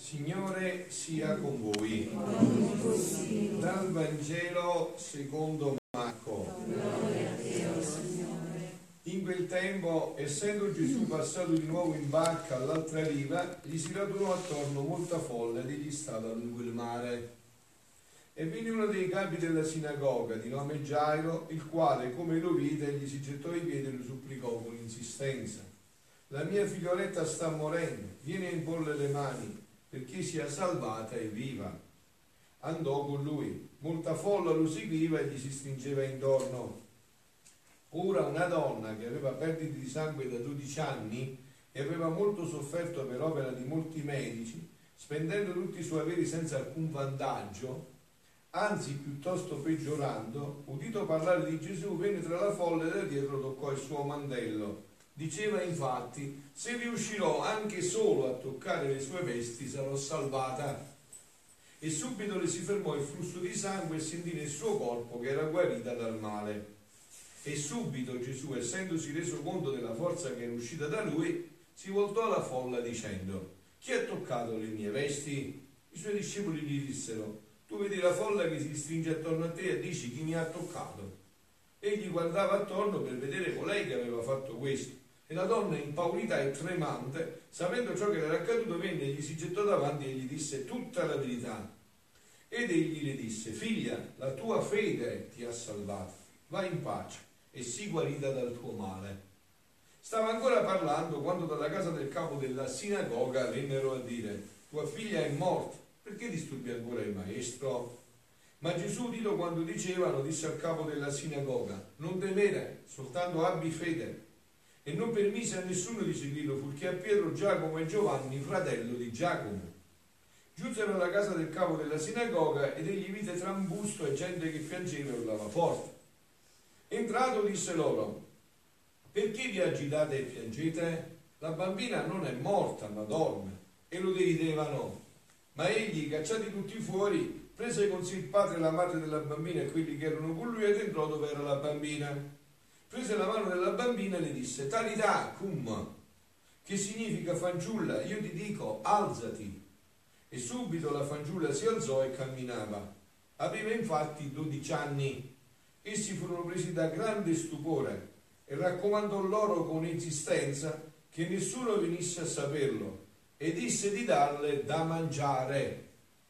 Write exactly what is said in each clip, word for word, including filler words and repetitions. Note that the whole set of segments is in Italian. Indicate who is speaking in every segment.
Speaker 1: Signore sia con voi. Dal Vangelo secondo Marco. In quel tempo, essendo Gesù passato di nuovo in barca all'altra riva, gli si radunò attorno molta folla ed egli stava lungo il mare. E venne uno dei capi della sinagoga, di nome Gairo, il quale, come lo vide, gli si gettò ai piedi e lo supplicò con insistenza: la mia figlioletta sta morendo, vieni a imporle le mani perché sia salvata e viva. Andò con lui, molta folla lo seguiva e gli si stringeva intorno. Ora una donna che aveva perdite di sangue da dodici anni e aveva molto sofferto per opera di molti medici, spendendo tutti i suoi averi senza alcun vantaggio, anzi piuttosto peggiorando, udito parlare di Gesù, venne tra la folla e da dietro toccò il suo mantello. Diceva infatti: se riuscirò anche solo a toccare le sue vesti sarò salvata. E subito le si fermò il flusso di sangue e sentì nel suo corpo che era guarita dal male. E subito Gesù, essendosi reso conto della forza che era uscita da lui, si voltò alla folla dicendo: chi ha toccato le mie vesti? I suoi discepoli gli dissero: tu vedi la folla che si stringe attorno a te e dici: chi mi ha toccato? Egli guardava attorno per vedere colei che aveva fatto questo. E la donna, impaurita e tremante, sapendo ciò che le era accaduto, venne e gli si gettò davanti e gli disse tutta la verità. Ed egli le disse: figlia, la tua fede ti ha salvata, vai in pace e sii guarita dal tuo male. Stava ancora parlando quando dalla casa del capo della sinagoga vennero a dire: tua figlia è morta, perché disturbi ancora il maestro? Ma Gesù, udito quando dicevano, disse al capo della sinagoga: non temere, soltanto abbi fede. E non permise a nessuno di seguirlo, purché a Pietro, Giacomo e Giovanni, fratello di Giacomo. Giunsero alla casa del capo della sinagoga ed egli vide trambusto e gente che piangeva e urlava forte. Entrato disse loro: perché vi agitate e piangete? La bambina non è morta ma dorme. E lo deridevano. Ma egli, cacciati tutti fuori, prese con sé il padre e la madre della bambina e quelli che erano con lui ed entrò dove era la bambina. Prese la mano della bambina e le disse: Talita cum, che significa fanciulla, io ti dico alzati. E subito la fanciulla si alzò e camminava. Aveva infatti dodici anni. Essi furono presi da grande stupore e raccomandò loro con insistenza che nessuno venisse a saperlo e disse di darle da mangiare.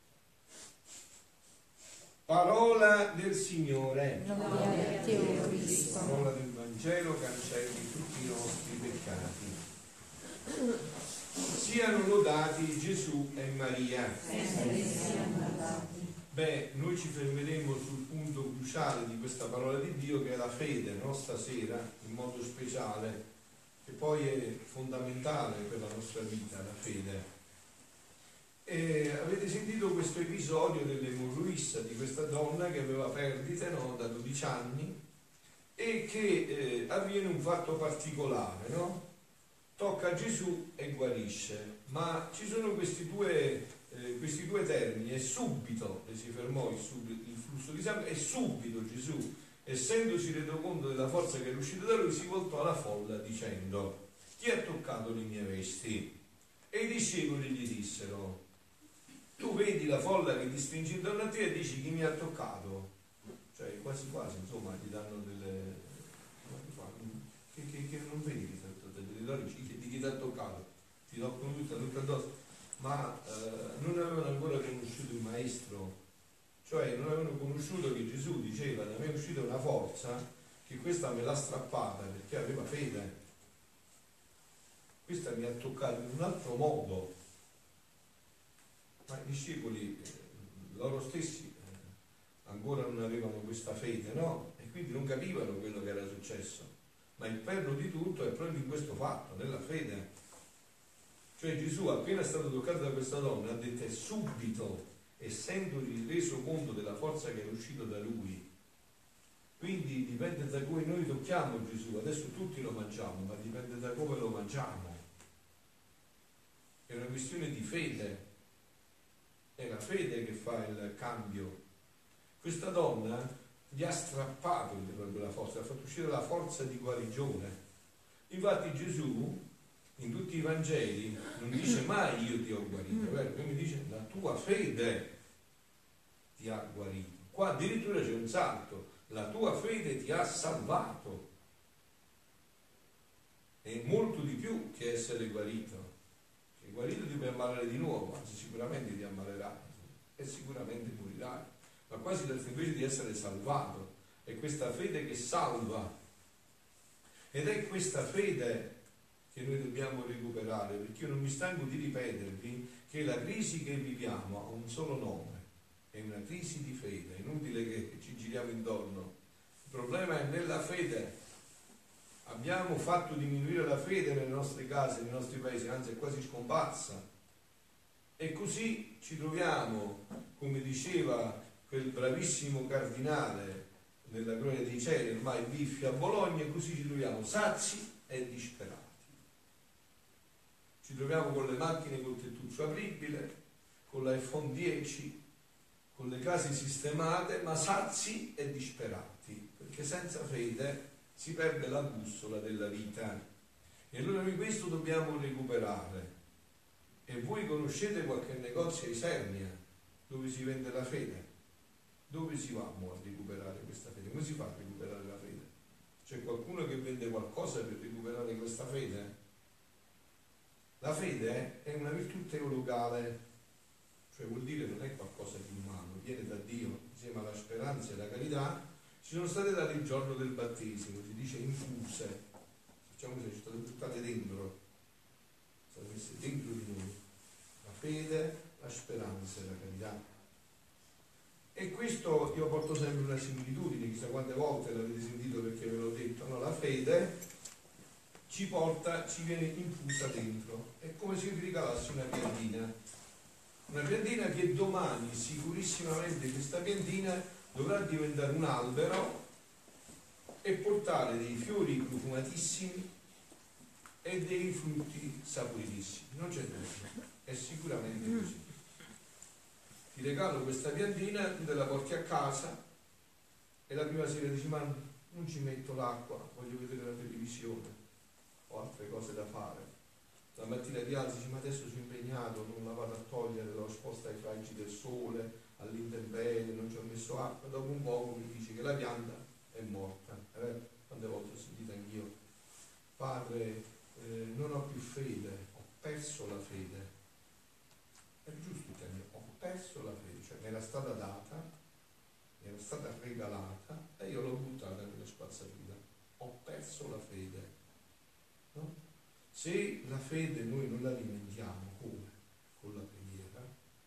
Speaker 1: Parola del Signore.
Speaker 2: Gloria a te, o Cristo.
Speaker 1: Parola del Vangelo, cancelli tutti i nostri peccati. Siano lodati Gesù e Maria. Beh, noi ci fermeremo sul punto cruciale di questa parola di Dio, che è la fede, no? Stasera, in modo speciale, che poi è fondamentale per la nostra vita, la fede. E avete sentito questo episodio dell'emorroissa, di questa donna che aveva perdite, no? Da dodici anni, e che eh, avviene un fatto particolare, no? Tocca Gesù e guarisce, ma ci sono questi due, eh, questi due termini: e subito le si fermò il, sub, il flusso di sangue, e subito Gesù, essendosi reso conto della forza che era uscita da lui, si voltò alla folla dicendo: chi ha toccato le mie vesti? E i discepoli gli dissero: tu vedi la folla che ti stringe intorno a te e dici: chi mi ha toccato? Cioè quasi quasi insomma gli danno delle che, che, che non vedi che di chi ti ha toccato, ti toccano tutto, tutto addosso, ma eh, non avevano ancora conosciuto il maestro, cioè non avevano conosciuto che Gesù diceva: da me è uscita una forza che questa me l'ha strappata perché aveva fede, questa mi ha toccato in un altro modo. Ma i discepoli eh, loro stessi eh, ancora non avevano questa fede, no? E quindi non capivano quello che era successo. Ma il perno di tutto è proprio in questo fatto, nella fede. Cioè Gesù, appena è stato toccato da questa donna, ha detto: è subito, essendosi reso conto della forza che è uscita da lui. Quindi dipende da come noi tocchiamo Gesù. Adesso tutti lo mangiamo, ma dipende da come lo mangiamo. È una questione di fede. È la fede che fa il cambio. Questa donna gli ha strappato proprio la forza, ha fatto uscire la forza di guarigione. Infatti Gesù in tutti i Vangeli non dice mai io ti ho guarito, vero? Quindi dice la tua fede ti ha guarito. Qua addirittura c'è un salto, la tua fede ti ha salvato. È molto di più che essere guarito. Che guarito ti puoi ammalare di nuovo, anzi sicuramente ti ammalerai e sicuramente morirai. Ma qua si tratta invece di essere salvato. È questa fede che salva. Ed è questa fede che noi dobbiamo recuperare, perché io non mi stanco di ripetervi che la crisi che viviamo ha un solo nome, è una crisi di fede. È inutile che ci giriamo intorno. Il problema è nella fede. Abbiamo fatto diminuire la fede nelle nostre case, nei nostri paesi, anzi è quasi scomparsa. E così ci troviamo, come diceva quel bravissimo cardinale nella Gloria dei Cieli, ormai Biffi a Bologna, e così ci troviamo sazi e disperati. Ci troviamo con le macchine col tettuccio apribile, con l'iPhone dieci, con le case sistemate, ma sazi e disperati, perché senza fede si perde la bussola della vita. E allora noi questo dobbiamo recuperare. E voi conoscete qualche negozio a Isernia dove si vende la fede? Dove si va a recuperare questa fede? Come si fa a recuperare la fede? C'è qualcuno che vende qualcosa per recuperare questa fede? La fede è una virtù teologale, cioè vuol dire non è qualcosa di umano, viene da Dio insieme alla speranza e alla carità. Ci sono state date il giorno del battesimo, si dice infuse, diciamo che sono state buttate dentro, sono state messe dentro di noi, la fede, la speranza e la carità. E questo io porto sempre una similitudine, chissà quante volte l'avete sentito perché ve l'ho detto, no? La fede ci porta, ci viene infusa dentro, è come se io ti regalassi una piantina, una piantina che domani sicurissimamente questa piantina dovrà diventare un albero e portare dei fiori profumatissimi e dei frutti saporitissimi, non c'è dubbio, è sicuramente così. Ti regalo questa piantina, tu te la porti a casa e la prima sera dici ma non ci metto l'acqua, voglio vedere la televisione, ho altre cose da fare. La mattina ti alzi, dici ma adesso sono impegnato, non la vado a togliere, l'ho esposta ai raggi del sole, all'intervento, non ci ho messo acqua. Dopo un poco mi dici che la pianta è morta. Eh? Quante volte ho sentito anch'io, padre, eh, non ho più fede, ho perso la fede. È giusto che ho perso la fede, cioè mi era stata data, mi era stata regalata e io l'ho buttata nella spazzatura. Ho perso la fede. No? Se la fede noi non la alimentiamo come? Con la preghiera,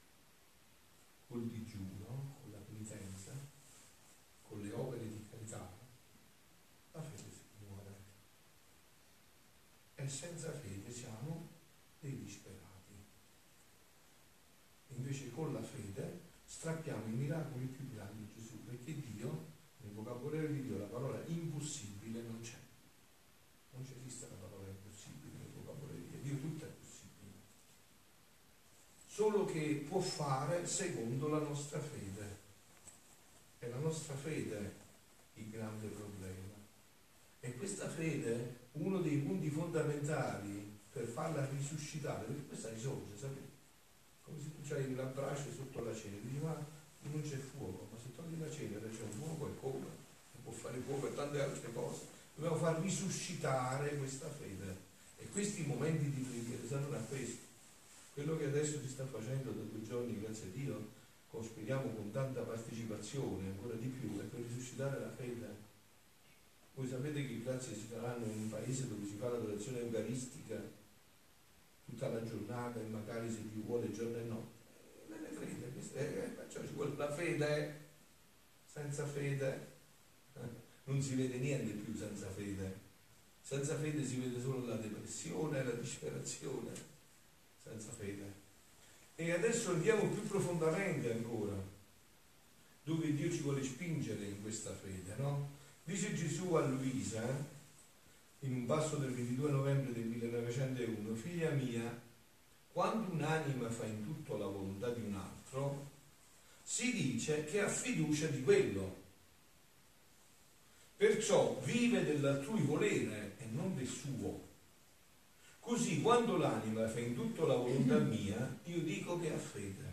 Speaker 1: col digiuno, con la penitenza, con le opere di carità, la fede si muore. E senza fede siamo dei disperati. Invece con la fede strappiamo i miracoli più grandi di Gesù, perché Dio, nel vocabolario di Dio, la parola impossibile non c'è. Non c'è esiste la parola impossibile nel vocabolario di Dio. Dio tutto è possibile. Solo che può fare secondo la nostra fede. È la nostra fede il grande problema. E questa fede, uno dei punti fondamentali per farla risuscitare, perché questa risorge, sapete? Come se tu hai una brace sotto la cenere, dici ma non c'è fuoco, ma se togli la cenere c'è un fuoco e come? Può fare fuoco e tante altre cose. Dobbiamo far risuscitare questa fede. E questi momenti di preghiera saranno appesi. Quello che adesso si sta facendo da due giorni, grazie a Dio, speriamo con tanta partecipazione, ancora di più, è per risuscitare la fede. Voi sapete che grazie si faranno in un paese dove si fa l'adorazione eucaristica tutta la giornata e magari se Dio vuole giorno e notte. Me ne frega, eh, perciò ci vuole la fede. Senza fede eh, non si vede niente più senza fede. Senza fede si vede solo la depressione e la disperazione. Senza fede. E adesso andiamo più profondamente ancora, dove Dio ci vuole spingere in questa fede, no? Dice Gesù a Luisa, in un passo del ventidue novembre del millenovecentouno, figlia mia, quando un'anima fa in tutto la volontà di un altro, si dice che ha fiducia di quello. Perciò vive dell'altrui volere e non del suo. Così quando l'anima fa in tutto la volontà mia, io dico che ha fede.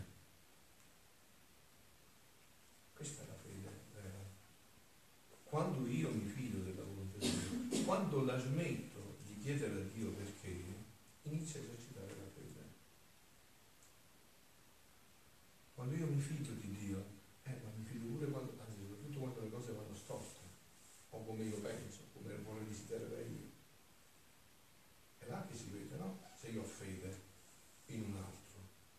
Speaker 1: Questa è la fede vera. Quando io mi fido della volontà di Dio, quando la smetto di chiedere a Dio perché, inizio a esercitare la fede. Quando io mi fido di Dio, eh, ma mi fido pure quando, anzi soprattutto quando le cose vanno storte, o come io penso, come vorrei desiderare io. È là che si vede, no? Se io ho fede in un altro.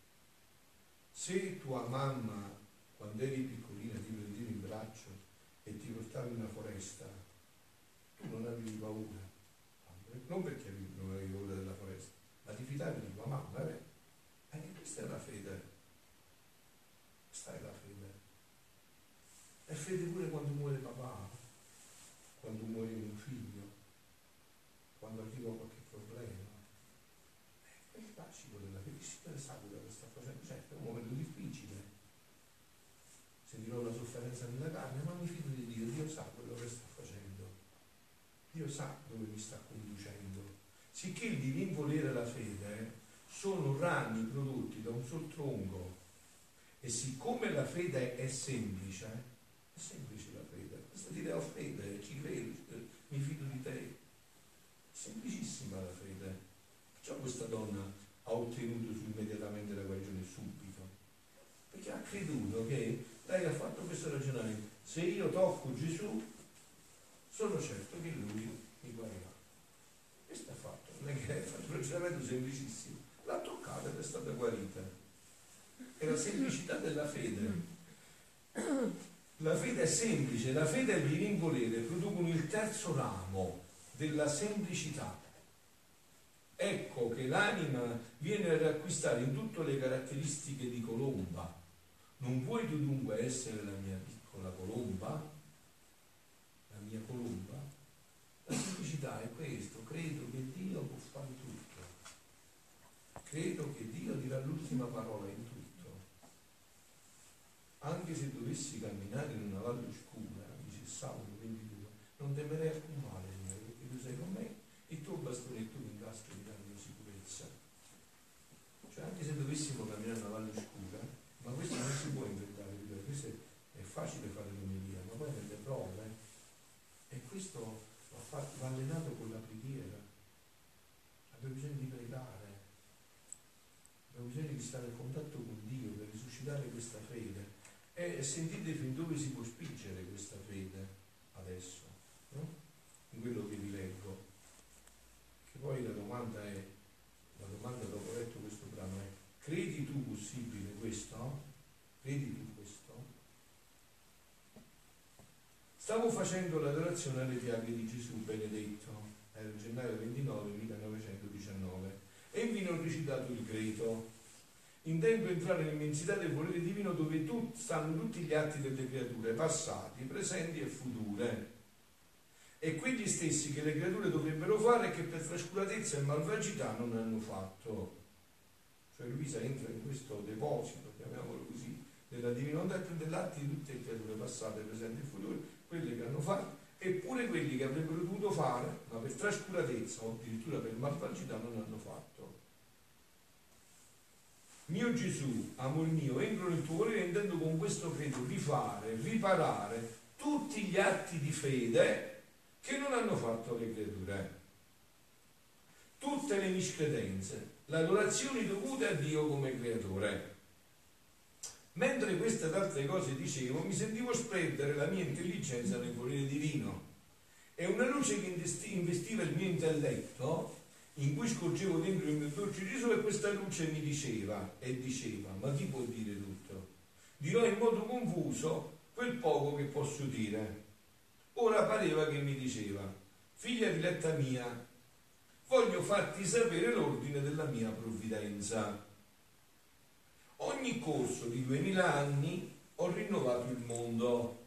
Speaker 1: Se tua mamma, quando eri piccolina, ti prendevi in braccio e ti portavi in una foresta, tu non avevi paura. Non perché non avevi paura della foresta, ma ti fidavi di tua mamma, eh? E questa è la fede. Questa è la fede. È fede pure quando muore papà, quando muore un figlio, quando arriva qualche problema. È il classico della fede. Il Signore sa quello che sta facendo. Certo, è un momento difficile. Sentirò la sofferenza nella carne, ma mi fido di Dio. Dio sa quello che sta facendo. Dio sa dove mi sta conducendo. Sicché il divin volere e la fede sono rami prodotti da un sol tronco. E siccome la fede è semplice, è semplice la fede. Basta dire ho fede, ci credo, mi fido di te. È semplicissima la fede. Perciò questa donna ha ottenuto immediatamente la guarigione subito. Perché ha creduto che lei ha fatto questo ragionamento. Se io tocco Gesù, sono certo che Lui mi guarirà. Questo ha fatto. Non è che ha fatto un ragionamento semplicissimo. L'ha toccata ed è stata guarita. È la semplicità della fede. La fede è semplice, la fede e il divin volere producono il terzo ramo della semplicità. Ecco che l'anima viene a riacquistare in tutte le caratteristiche di colomba. Non vuoi tu dunque essere la mia piccola colomba? La mia colomba? La semplicità è questo, credo che Dio può fare tutto. Credo che Dio dirà l'ultima parola in tutto. Anche se dovessi camminare in una valle oscura, dice Salmo ventidue, non temerei alcun male, Signore, perché tu sei con me, il tuo bastone e il tuo incastro mi danno sicurezza. Cioè, anche se dovessimo camminare in una valle oscura, ma questo non si può inventare, questo è, è facile fare l'omelia, ma poi nelle prove, e questo va, fatto, va allenato con la preghiera. Abbiamo bisogno di pregare, abbiamo bisogno di stare in contatto con Dio per risuscitare questa fede. E sentite fin dove si può spingere questa fede adesso, no? In quello che vi leggo. Che poi la domanda è, la domanda dopo letto questo brano è: credi tu possibile questo? Credi tu questo? Stavo facendo l'adorazione alle piaghe di Gesù benedetto, era il gennaio ventinove millenovecentodiciannove, e in vino ho recitato il credo. Intendo entrare nell'immensità del volere divino dove tu, stanno tutti gli atti delle creature, passati, presenti e future, e quegli stessi che le creature dovrebbero fare e che per trascuratezza e malvagità non hanno fatto. Cioè Luisa entra in questo deposito, chiamiamolo così, della divinità e prende l'atti di tutte le creature, passate, presenti e future, quelle che hanno fatto, eppure quelli che avrebbero dovuto fare, ma per trascuratezza o addirittura per malvagità non hanno fatto. Mio Gesù, amor mio, entro nel tuo volere e intendo con questo credo rifare, riparare tutti gli atti di fede che non hanno fatto le creature, tutte le miscredenze, le adorazioni dovute a Dio come creatore. Mentre queste ed altre cose dicevo, mi sentivo spendere la mia intelligenza nel volere divino, e una luce che investiva il mio intelletto, in cui scorgevo dentro il mio dolce Gesù, e questa luce mi diceva e diceva: ma chi può dire tutto? Dirò in modo confuso quel poco che posso dire. Ora pareva che mi diceva: figlia diletta mia, voglio farti sapere l'ordine della mia provvidenza. Ogni corso di duemila anni ho rinnovato il mondo.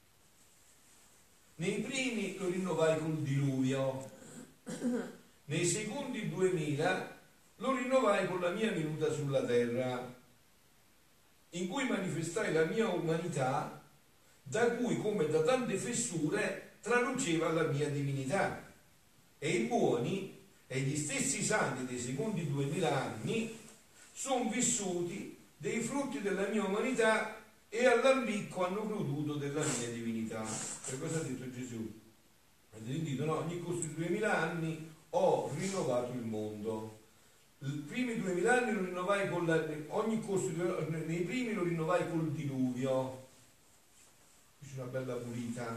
Speaker 1: Nei primi lo rinnovai col diluvio. Nei secondi duemila lo rinnovai con la mia venuta sulla terra, in cui manifestai la mia umanità, da cui come da tante fessure traluceva la mia divinità, e i buoni e gli stessi santi dei secondi duemila anni sono vissuti dei frutti della mia umanità e all'ambicco hanno goduto della mia divinità. Che cosa ha detto Gesù? Ha detto, no, ogni corso di duemila anni ho rinnovato il mondo. I primi duemila anni lo rinnovai con la, ogni corso di, nei primi lo rinnovai col diluvio. Qui c'è una bella pulita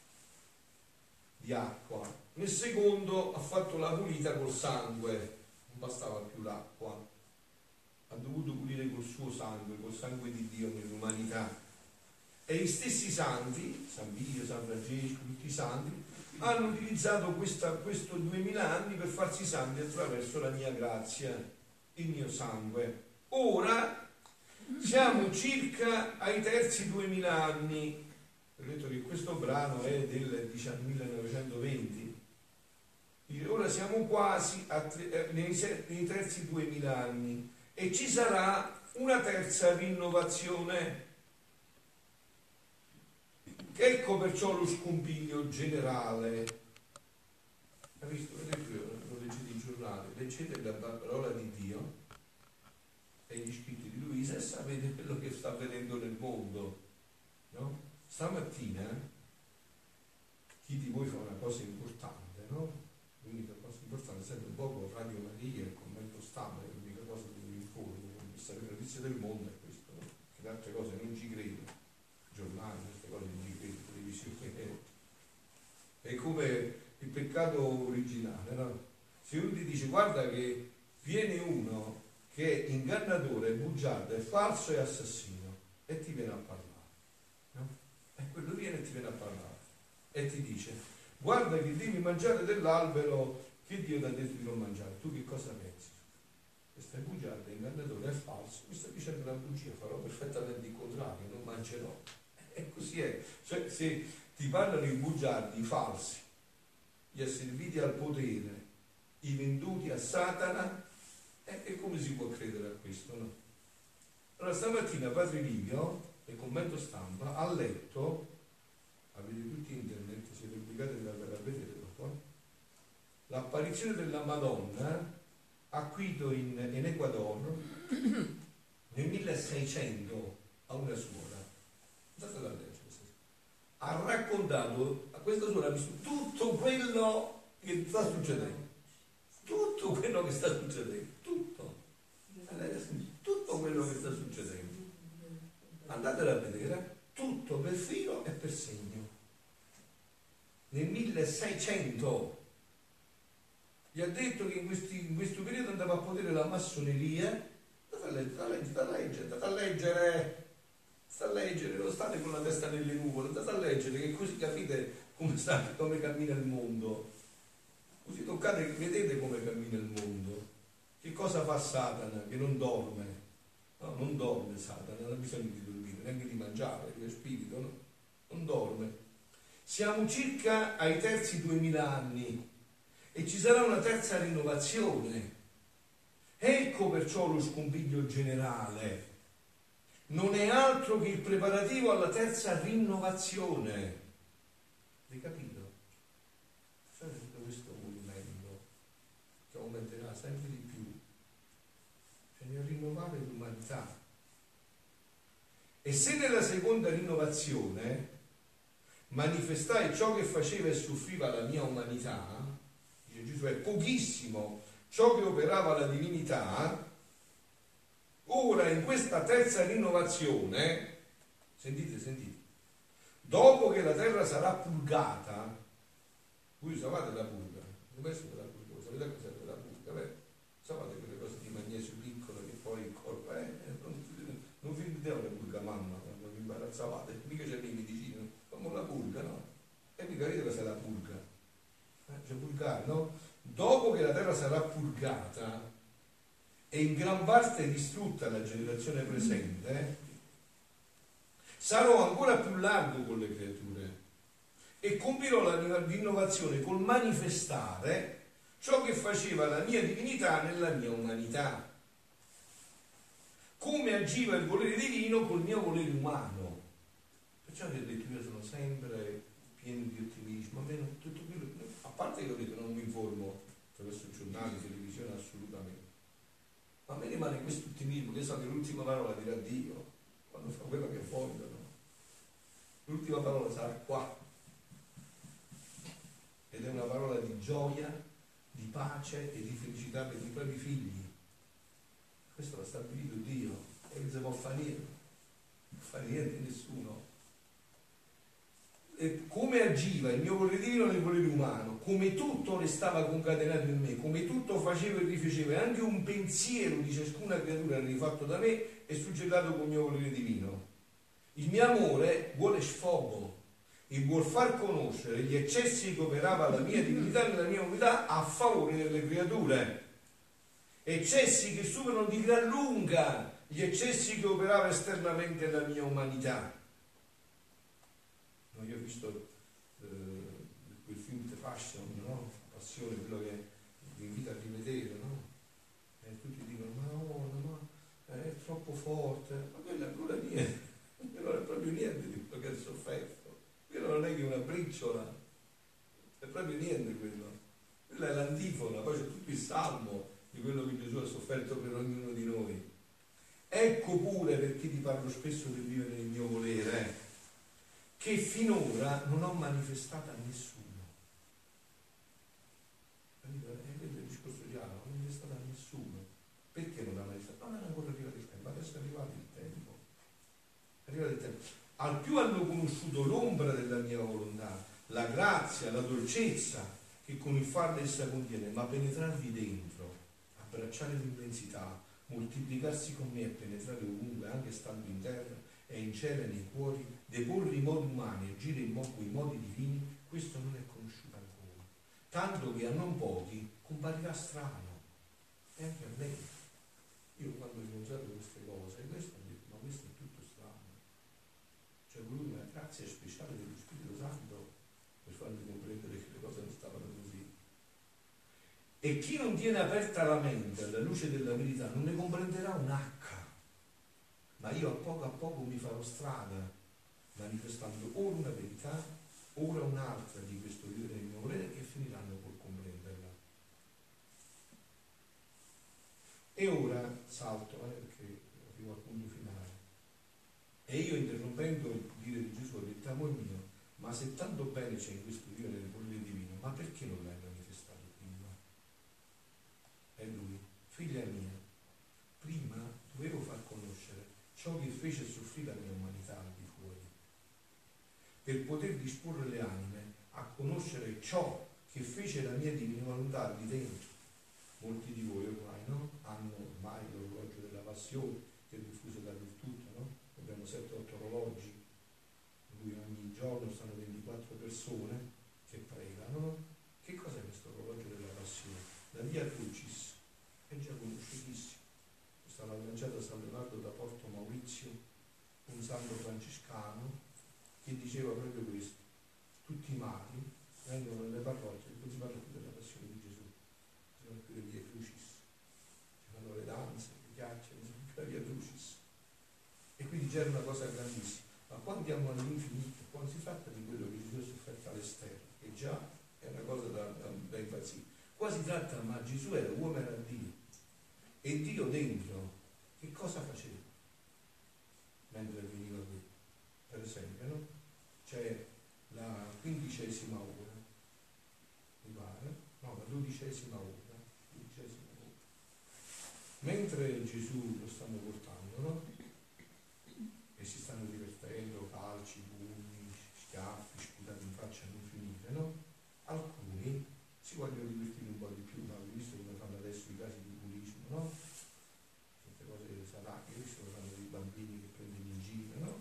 Speaker 1: di acqua. Nel secondo ha fatto la pulita col sangue, non bastava più l'acqua, ha dovuto pulire col suo sangue, col sangue di Dio nell'umanità. E gli stessi santi, San Pio, San Francesco, tutti i santi, hanno utilizzato questa, questo duemila anni per farsi santi attraverso la mia grazia, il mio sangue. Ora siamo circa ai terzi duemila anni. Ho detto che questo brano è del millenovecentoventi. Ora siamo quasi a, nei, nei terzi duemila anni e ci sarà una terza rinnovazione. Ecco perciò lo scompiglio generale. Ha visto? Lo leggete i giornali, leggete la parola di Dio e gli scritti di Luisa e sapete quello che sta avvenendo nel mondo, no? Stamattina chi di voi fa una cosa importante, no? L'unica cosa importante, sempre un po' Radio Maria, il commento stampa, è l'unica cosa che vi informo, per sapere notizie del mondo è questo, no? Che le altre cose non ci credo, giornali, queste cose non ci credo, televisione. È come il peccato originale, no? Se uno ti dice guarda che viene uno che è ingannatore, è bugiardo, è falso e assassino e ti viene a parlare, no? E quello viene e ti viene a parlare e ti dice guarda che devi mangiare dell'albero che Dio ti ha detto di non mangiare, tu che cosa pensi? Questo è bugiardo, è ingannatore, è falso, mi sta dicendo una bugia, farò perfettamente il contrario, non mangerò. E così è. Cioè, se ti parlano i bugiardi, i falsi, gli asserviti al potere, i venduti a Satana, e, e come si può credere a questo, no? Allora stamattina Padre Livio, nel commento stampa, ha letto, avete tutti internet, siete obbligati ad andare a vedere dopo, eh? L'apparizione della Madonna a Quito in, in Ecuador nel milleseicento a una suora. Andate a leggere. Ha raccontato, a questa suora ha visto tutto quello che sta succedendo, tutto quello che sta succedendo, tutto, tutto quello che sta succedendo. Andatelo a vedere, tutto per filo e per segno. Nel milleseicento gli ha detto che in, questi, in questo periodo andava a potere la massoneria. Andate a leggere, andate a leggere, andate a leggere, sta a leggere, non state con la testa nelle nuvole, andate a leggere che così capite come, sta, come cammina il mondo, così toccate, vedete come cammina il mondo, che cosa fa Satana che non dorme, no, non dorme Satana, non ha bisogno di dormire, neanche di mangiare, lo spirito, no? Non dorme. Siamo circa ai terzi duemila anni e ci sarà una terza rinnovazione. Ecco perciò lo scompiglio generale. Non è altro che il preparativo alla terza rinnovazione. Hai capito? C'è tutto questo movimento che aumenterà sempre di più. Bisogna rinnovare l'umanità. E se nella seconda rinnovazione manifestai ciò che faceva e soffriva la mia umanità, dice Gesù, è pochissimo ciò che operava la divinità. Ora in questa terza rinnovazione, sentite, sentite, dopo che la terra sarà purgata, voi sapete la purga, come sapete la purga, sapete cosa è la purga, beh, sapete quelle cose di magnesio piccolo che poi il corpo, eh, non, non vi dite la purga mamma, quando vi imbarazzavate, mica c'è le medicine, come la purga, no? E vi capite cosa è la purga? Eh, cioè purgare, no? Dopo che la terra sarà purgata e in gran parte distrutta la generazione presente, sarò ancora più largo con le creature e compirò la rinnovazione col manifestare ciò che faceva la mia divinità nella mia umanità, come agiva il volere divino col mio volere umano. Perciò vi ho detto, io sono sempre pieno di ottimismo, a, me non, tutto quello, a parte che ho detto non mi informo attraverso giornali, televisione, assolutamente. Ma a me rimane questo ottimismo, che so che l'ultima parola dirà Dio, quando fa quello che vogliono. L'ultima parola sarà qua. Ed è una parola di gioia, di pace e di felicità per i propri figli. Questo l'ha stabilito Dio e non si può fare niente, non fa niente nessuno. E come agiva il mio volere divino nel volere umano, come tutto restava concatenato in me, come tutto facevo e rifacevo, e anche un pensiero di ciascuna creatura rifatto da me è suggellato col mio volere divino. Il mio amore vuole sfogo e vuol far conoscere gli eccessi che operava la mia divinità nella mia umanità a favore delle creature. Eccessi che superano di gran lunga gli eccessi che operava esternamente nella mia umanità. No, io ho visto eh, quel film The Passion, no? Passione, quello che vi invito a rivedere, no? E tutti dicono, ma no, ma è troppo forte, ma quello è ancora niente, quello non è proprio niente di quello che ha sofferto, quello non è che una briciola, è proprio niente quello, quello è l'antifona, poi c'è tutto il salmo di quello che Gesù ha sofferto per ognuno di noi. Ecco pure perché ti parlo spesso del vivere nel mio volere, che finora non ho manifestato a nessuno. Capito? E questo è il discorso chiaro, non ho manifestato a nessuno. Perché non l'ha manifestato? Non era ancora arrivato il tempo, adesso è arrivato il tempo. È arrivato il tempo. Al più hanno conosciuto l'ombra della mia volontà, la grazia, la dolcezza che con il farlo essa contiene, ma penetrarvi dentro, abbracciare l'immensità, moltiplicarsi con me e penetrare ovunque, anche stando in terra e in cielo e nei cuori, deporre i modi umani e agire in mo- i modi divini, questo non è conosciuto ancora. Tanto che a non pochi comparirà strano, e anche a me. Io quando ho incontrato queste cose, questo ho detto, ma questo è tutto strano. C'è voluto una grazia speciale dello Spirito Santo per farmi comprendere che le cose non stavano così. E chi non tiene aperta la mente alla luce della verità non ne comprenderà un H. Ma io a poco a poco mi farò strada, manifestando ora una verità, ora un'altra di questo vivere nel mio volere, che finiranno col comprenderla. E ora salto, eh, perché arrivo al punto finale. E io, interrompendo il dire di Gesù, ho detto, amore mio, ma se tanto bene c'è in questo vivere nel volere divino, ma perché non l'hai manifestato prima? E lui, figlia mia, prima dovevo far conoscere ciò che fece soffrire la mia umanità al di fuori, per poter disporre le anime a conoscere ciò che fece la mia divina volontà al di dentro. Molti di voi ormai, no? Hanno ormai l'orologio della passione che è diffuso dappertutto, no? Abbiamo sette otto orologi in cui ogni giorno stanno ventiquattro persone che pregano, no? Che cos'è questo orologio della passione? La Via Crucis è già conosciutissimo. Stava lanciato a San Leonardo da Porto Maurizio, un santo francescano, che diceva proprio questo: tutti i mali vengono nelle parrocchie, non si parla più della passione di Gesù, si parla più delle Vie Crucis, si fanno le danze, le chiacchiere, non si parla più della Via Crucis. E quindi c'era una cosa grandissima. Ma quando andiamo all'infinito, quando si tratta di quello che Gesù ha sofferto all'esterno, che già è una cosa da, da, da impazzire, qua si tratta, ma Gesù era uomo, era Dio. E Dio dentro, che cosa faceva? Mentre veniva qui, per esempio, no? C'è la quindicesima ora, mi pare, no, la dodicesima ora, dodicesima ora. Mentre Gesù lo stanno portando, no? E si stanno divertendo, calci, pugni, schiaffi, sputate in faccia non finire, no? Alcuni si vogliono divertire un po' di più, ma avete visto come fanno adesso i casi di bullismo, no? Queste cose sataniche, visto come fanno dei bambini che prendono in giro, no?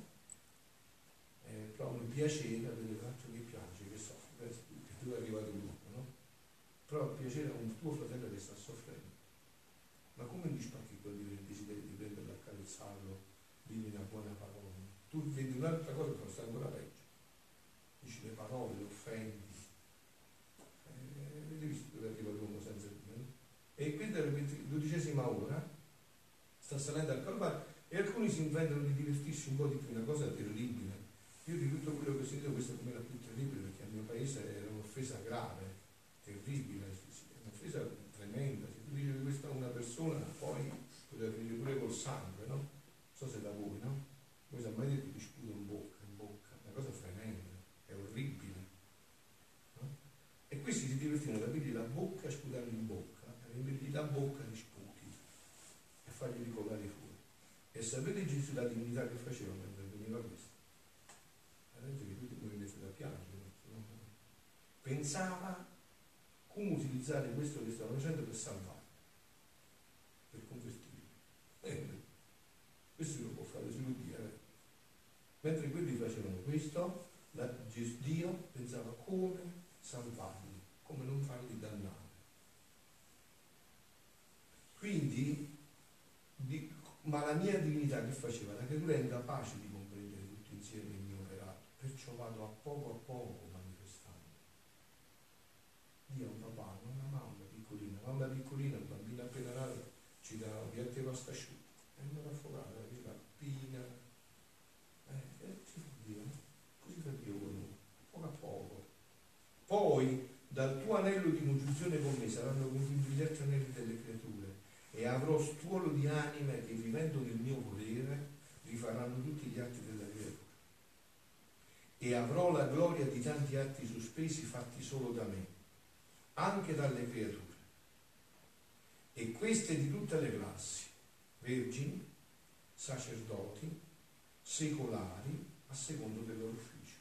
Speaker 1: Eh, provano piacere a vedere l'altro che piange, che soffre, che tu è arrivato l'uomo, no? Prova piacere a un tuo fratello che sta soffrendo. Ma come gli spacchi quello di avere il desiderio di prenderlo, accarezzarlo, dirgli una buona parola? Tu vedi un'altra cosa che sta ancora peggio. Dici le parole, le offendi. Avete visto dove arriva l'uomo senza Dio, no? E quindi alla dodicesima ora sta salendo al Calvario e alcuni si inventano di divertirsi un po' di più, una cosa terribile. Io di tutto quello che ho sentito questa è come la più terribile, perché al mio paese era un'offesa grave, terribile, un'offesa persona poi poteva finire pure col sangue, no? Non so se da voi, no? Voi siamo mai detto di sputo in bocca, in bocca, una cosa tremenda, è orribile, no? E questi si divertivano ad aprirgli la bocca e sputargli in bocca, a riempirgli la bocca di sputi e fargli ricolare fuori. E sapete Gesù la dignità che faceva mentre veniva questo? La gente che tutti voi invece da piangere, no? Pensava come utilizzare questo che stavano facendo per salvare, per convertire. Eh, questo si lo può fare solo Dio. Eh. Mentre quelli facevano questo, la, Dio pensava come salvarli, come non farli dannare. Quindi, di, ma la mia divinità che faceva? La creatura è incapace di comprendere tutto insieme il mio operato, perciò vado a poco a poco manifestando. Dio è un papà, non una mamma piccolina, mamma piccolina, un bambino appena nato ci dà un piatto di pasta asciutta, è andata affogata, la appina, eh, eh, ci fa Dio, così fa Dio con noi, poco a poco. Poi dal tuo anello di congiunzione con me saranno congiunti gli altri anelli delle creature e avrò stuolo di anime che vivendo nel mio volere rifaranno tutti gli atti della creatura. E avrò la gloria di tanti atti sospesi fatti solo da me, anche dalle creature, e queste di tutte le classi, vergini, sacerdoti, secolari, a secondo del loro ufficio.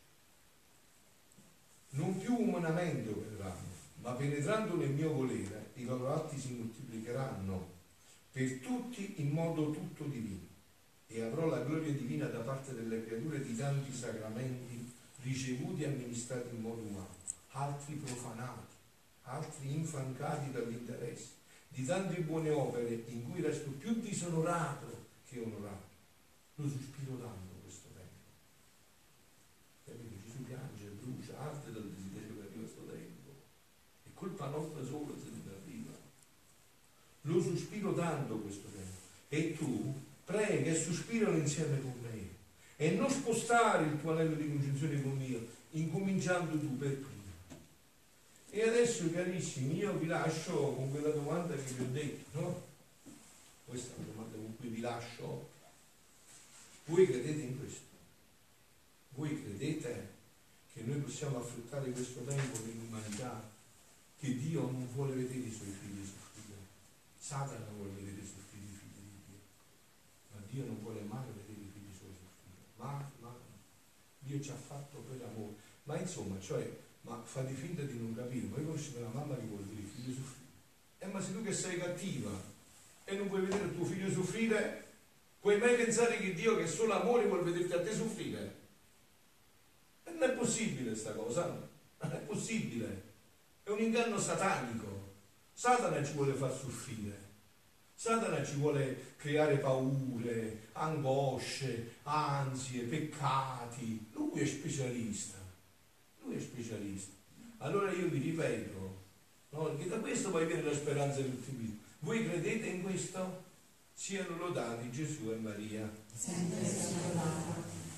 Speaker 1: Non più umanamente opereranno, ma penetrando nel mio volere, i loro atti si moltiplicheranno per tutti in modo tutto divino, e avrò la gloria divina da parte delle creature di tanti sacramenti ricevuti e amministrati in modo umano, altri profanati, altri infrancati dall'interesse, di tante buone opere in cui resto più disonorato che onorato. Lo sospiro dando questo tempo. Capite? Gesù piange e brucia, arte dal desiderio che arriva questo tempo. È colpa nostra sola se non arriva. Lo sospiro dando questo tempo. E tu prega e sospiralo insieme con me. E non spostare il tuo anello di congiunzione con Dio, incominciando tu per prima. E adesso, carissimi, io vi lascio con quella domanda che vi ho detto, no? Questa è una domanda con cui vi lascio. Voi credete in questo? Voi credete che noi possiamo affrontare questo tempo nell'umanità, che Dio non vuole vedere i suoi figli soffrire? Satana vuole vedere soffrire i figli di Dio, ma Dio non vuole mai vedere i figli suoi soffrire. Ma, ma Dio ci ha fatto per amore. Ma insomma, cioè, ma fate finta di non capire, voi conoscete una mamma che vuole vedere il figlio soffrire. Eh, ma se tu che sei cattiva e non vuoi vedere il tuo figlio soffrire, puoi mai pensare che Dio, che è solo amore, vuole vederti a te soffrire? E non è possibile sta cosa, no? Non è possibile. È un inganno satanico. Satana ci vuole far soffrire. Satana ci vuole creare paure, angosce, ansie, peccati. Lui è specialista. Lui è specialista. Allora io vi ripeto, no, che da questo poi viene la speranza di tutti i vivi. Voi credete in questo? Siano lodati Gesù e Maria.
Speaker 2: Sempre sia lodato.